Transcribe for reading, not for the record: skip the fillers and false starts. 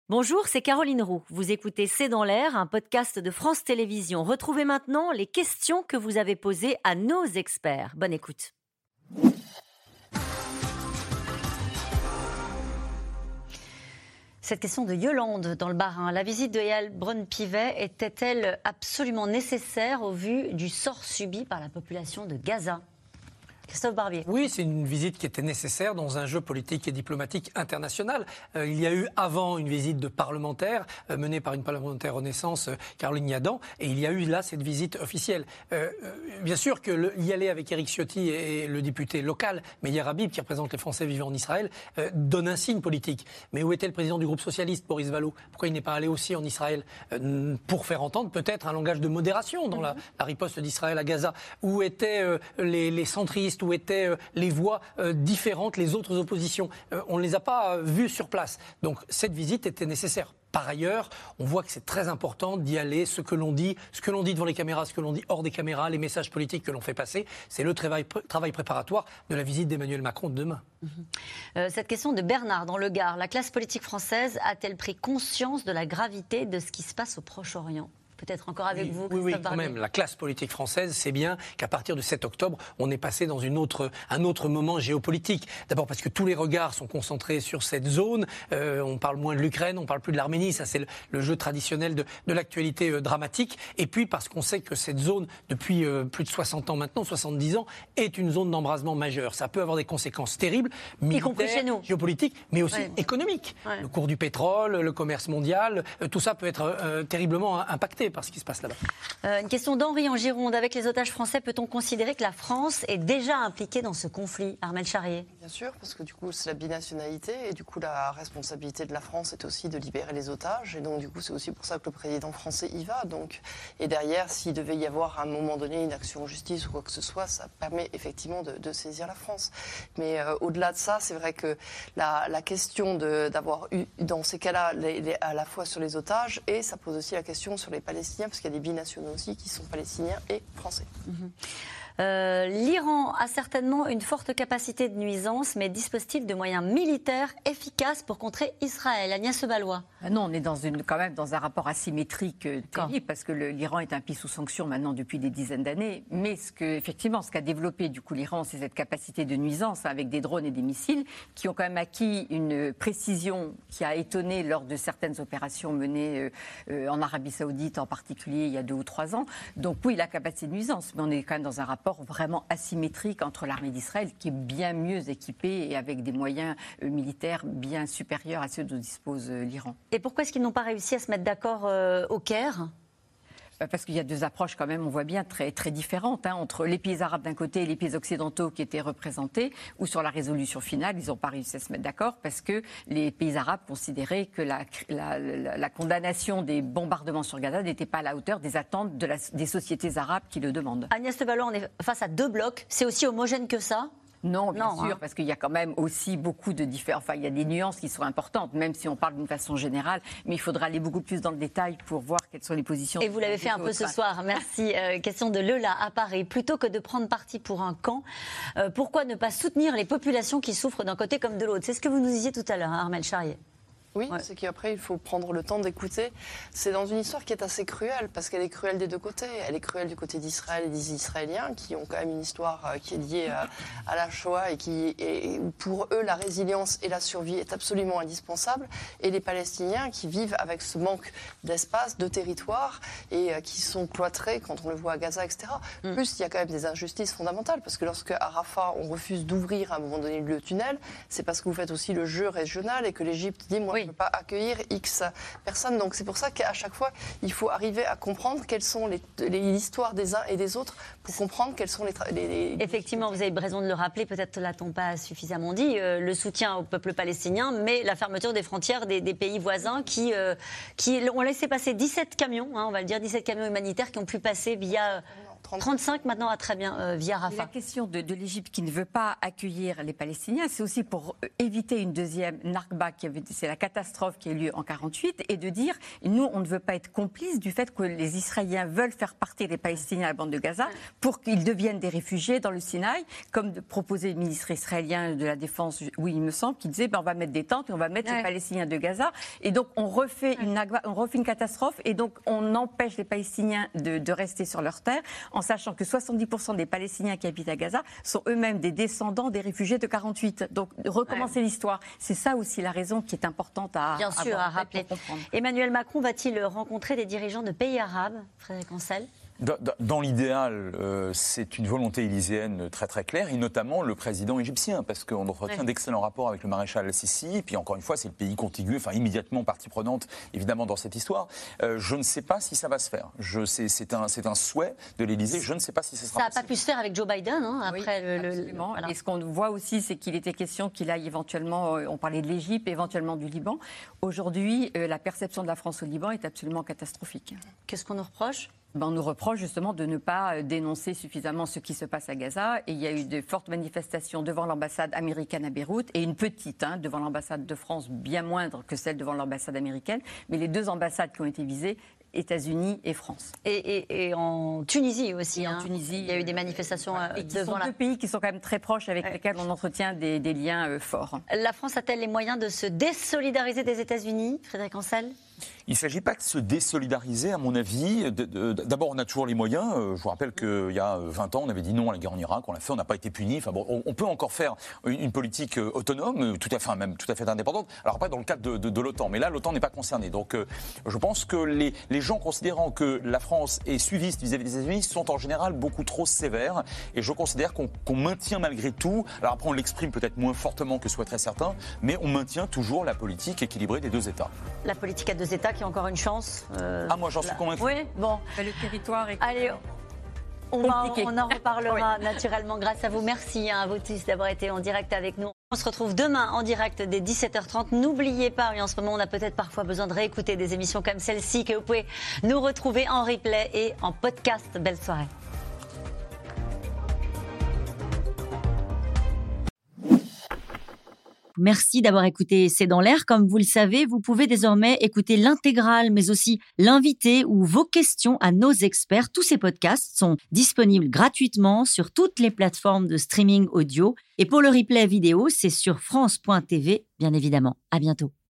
Bonjour, c'est Caroline Roux. Vous écoutez C'est dans l'air, un podcast de France Télévisions. Retrouvez maintenant les questions que vous avez posées à nos experts. Bonne écoute. Cette question de Yolande dans le Bas-Rhin. La visite de Yael Braun-Pivet était-elle absolument nécessaire au vu du sort subi par la population de Gaza ? Christophe Barbier. Oui, c'est une visite qui était nécessaire dans un jeu politique et diplomatique international. Il y a eu avant une visite de parlementaires menée par une parlementaire Renaissance, Caroline Yadan, et il y a eu là cette visite officielle. Bien sûr que y aller avec Éric Ciotti et le député local, Meyer Habib, qui représente les Français vivant en Israël, donne un signe politique. Mais où était le président du groupe socialiste, Boris Vallaud ? Pourquoi il n'est pas allé aussi en Israël pour faire entendre peut-être un langage de modération dans la riposte d'Israël à Gaza ? Où étaient les centristes ? Où étaient les voix différentes, les autres oppositions. On ne les a pas vues sur place. Donc cette visite était nécessaire. Par ailleurs, on voit que c'est très important d'y aller, ce que l'on dit devant les caméras, ce que l'on dit hors des caméras, les messages politiques que l'on fait passer, c'est le travail préparatoire de la visite d'Emmanuel Macron de demain. Cette question de Bernard dans le Gard. La classe politique française a-t-elle pris conscience de la gravité de ce qui se passe au Proche-Orient ? Peut-être encore avec vous, Christophe Barbier. Quand même. La classe politique française sait bien qu'à partir de 7 octobre, on est passé dans un autre moment géopolitique. D'abord parce que tous les regards sont concentrés sur cette zone. On parle moins de l'Ukraine, on parle plus de l'Arménie. Ça, c'est le jeu traditionnel de l'actualité dramatique. Et puis parce qu'on sait que cette zone, depuis plus de 60 ans maintenant, 70 ans, est une zone d'embrasement majeur. Ça peut avoir des conséquences terribles, militaires, y compris chez nous, géopolitiques, mais aussi économiques. Ouais. Le cours du pétrole, le commerce mondial, tout ça peut être terriblement impacté par ce qui se passe là-bas. Une question d'Henri en Gironde. Avec les otages français, peut-on considérer que la France est déjà impliquée dans ce conflit ? Armelle Charrier. Bien sûr, parce que du coup, c'est la binationalité et du coup, la responsabilité de la France est aussi de libérer les otages. Et donc, du coup, c'est aussi pour ça que le président français y va. Donc, et derrière, s'il devait y avoir à un moment donné une action en justice ou quoi que ce soit, ça permet effectivement de saisir la France. Mais au-delà de ça, c'est vrai que la question d'avoir eu, dans ces cas-là, à la fois sur les otages, et ça pose aussi la question sur les Palestiniens, parce qu'il y a des binationaux aussi qui sont palestiniens et français. L'Iran a certainement une forte capacité de nuisance, mais dispose-t-il de moyens militaires efficaces pour contrer Israël ? Agnès Ballois. Non, on est quand même dans un rapport asymétrique terrible, parce que l'Iran est un pays sous sanctions maintenant depuis des dizaines d'années. Mais ce qu'a développé du coup l'Iran, c'est cette capacité de nuisance avec des drones et des missiles qui ont quand même acquis une précision qui a étonné lors de certaines opérations menées en Arabie Saoudite en particulier il y a 2 ou 3 ans. Donc oui, la capacité de nuisance, mais on est quand même dans un rapport vraiment asymétrique entre l'armée d'Israël qui est bien mieux équipée et avec des moyens militaires bien supérieurs à ceux dont dispose l'Iran. Et pourquoi est-ce qu'ils n'ont pas réussi à se mettre d'accord au Caire ? Parce qu'il y a 2 approches quand même, on voit bien, très, très différentes, entre les pays arabes d'un côté et les pays occidentaux qui étaient représentés, ou sur la résolution finale, ils n'ont pas réussi à se mettre d'accord parce que les pays arabes considéraient que la condamnation des bombardements sur Gaza n'était pas à la hauteur des attentes des sociétés arabes qui le demandent. Agnès Ballois, on est face à 2 blocs, c'est aussi homogène que ça ? Non, bien sûr, parce qu'il y a quand même aussi beaucoup de différences. Enfin, il y a des nuances qui sont importantes, même si on parle d'une façon générale. Mais il faudra aller beaucoup plus dans le détail pour voir quelles sont les positions. Et vous l'avez fait un peu ce soir, merci. Question de Leula à Paris. Plutôt que de prendre parti pour un camp, pourquoi ne pas soutenir les populations qui souffrent d'un côté comme de l'autre ? C'est ce que vous nous disiez tout à l'heure, Armelle Charrier. Oui, c'est qu'après, il faut prendre le temps d'écouter. C'est dans une histoire qui est assez cruelle, parce qu'elle est cruelle des 2 côtés. Elle est cruelle du côté d'Israël et des Israéliens, qui ont quand même une histoire qui est liée à la Shoah et pour eux, la résilience et la survie est absolument indispensable. Et les Palestiniens qui vivent avec ce manque d'espace, de territoire, et qui sont cloîtrés, quand on le voit à Gaza, etc. Plus, il y a quand même des injustices fondamentales, parce que lorsque à Rafah, on refuse d'ouvrir à un moment donné le tunnel, c'est parce que vous faites aussi le jeu régional et que l'Égypte dit, moi, ne peut pas accueillir X personnes. Donc c'est pour ça qu'à chaque fois, il faut arriver à comprendre quelles sont l'histoire des uns et des autres pour comprendre quelles sont les... Effectivement, vous avez raison de le rappeler, peut-être l'a-t-on pas suffisamment dit, le soutien au peuple palestinien, mais la fermeture des frontières des pays voisins qui ont laissé passer 17 camions, on va le dire, 17 camions humanitaires qui ont pu passer via... 35 maintenant, très bien, via Rafah. La question de l'Égypte qui ne veut pas accueillir les Palestiniens, c'est aussi pour éviter une deuxième Nakba, c'est la catastrophe qui a eu lieu en 1948, et de dire, nous, on ne veut pas être complices du fait que les Israéliens veulent faire partir les Palestiniens à la bande de Gaza pour qu'ils deviennent des réfugiés dans le Sinaï, comme proposait le ministre israélien de la Défense, oui, il me semble, qui disait, on va mettre des tentes et on va mettre les Palestiniens de Gaza. Et donc, on refait une Nakba, on refait une catastrophe, et donc, on empêche les Palestiniens de rester sur leur terre, en sachant que 70% des Palestiniens qui habitent à Gaza sont eux-mêmes des descendants des réfugiés de 48. Donc, recommencer l'histoire, c'est ça aussi la raison qui est importante à rappeler. Emmanuel Macron va-t-il rencontrer des dirigeants de pays arabes, Frédéric Ancel ? Dans l'idéal, c'est une volonté élyséenne très très claire, et notamment le président égyptien, parce qu'on entretient d'excellents rapports avec le maréchal al-Sisi, et puis encore une fois, c'est le pays contigu, enfin immédiatement partie prenante, évidemment, dans cette histoire. Je ne sais pas si ça va se faire. C'est un souhait de l'Élysée, je ne sais pas si ce sera possible. Ça n'a pas pu se faire avec Joe Biden, après absolument. Voilà. Et ce qu'on voit aussi, c'est qu'il était question qu'il aille éventuellement, on parlait de l'Égypte, éventuellement du Liban. Aujourd'hui, la perception de la France au Liban est absolument catastrophique. Qu'est-ce qu'on nous reproche ? On nous reproche justement de ne pas dénoncer suffisamment ce qui se passe à Gaza. Et il y a eu de fortes manifestations devant l'ambassade américaine à Beyrouth et une petite devant l'ambassade de France, bien moindre que celle devant l'ambassade américaine. Mais les deux ambassades qui ont été visées, États-Unis et France. Et en Tunisie aussi. En Tunisie, il y a eu des manifestations devant deux pays qui sont quand même très proches, avec lesquels on entretient des liens forts. La France a-t-elle les moyens de se désolidariser des États-Unis, Frédéric Ancel ? Il ne s'agit pas de se désolidariser, à mon avis. D'abord, on a toujours les moyens. Je vous rappelle qu'il y a 20 ans, on avait dit non à la guerre en Irak, on l'a fait, on n'a pas été punis. Enfin, bon, on peut encore faire une politique autonome, tout à fait indépendante. Alors après, dans le cadre de l'OTAN. Mais là, l'OTAN n'est pas concernée. Donc, je pense que les gens considérant que la France est suiviste vis-à-vis des États-Unis sont en général beaucoup trop sévères. Et je considère qu'on maintient malgré tout, alors après on l'exprime peut-être moins fortement que souhaiteraient certains, mais on maintient toujours la politique équilibrée des deux États. La politique à deux États qui a encore une chance. Moi j'en suis convaincu. Oui, bon. Le territoire est... Allez, on en reparlera naturellement grâce à vous. Merci à vous tous d'avoir été en direct avec nous. On se retrouve demain en direct dès 17h30. N'oubliez pas, en ce moment, on a peut-être parfois besoin de réécouter des émissions comme celle-ci que vous pouvez nous retrouver en replay et en podcast. Belle soirée. Merci d'avoir écouté C'est dans l'air. Comme vous le savez, vous pouvez désormais écouter l'intégrale, mais aussi l'invité ou vos questions à nos experts. Tous ces podcasts sont disponibles gratuitement sur toutes les plateformes de streaming audio. Et pour le replay vidéo, c'est sur France.tv, bien évidemment. À bientôt.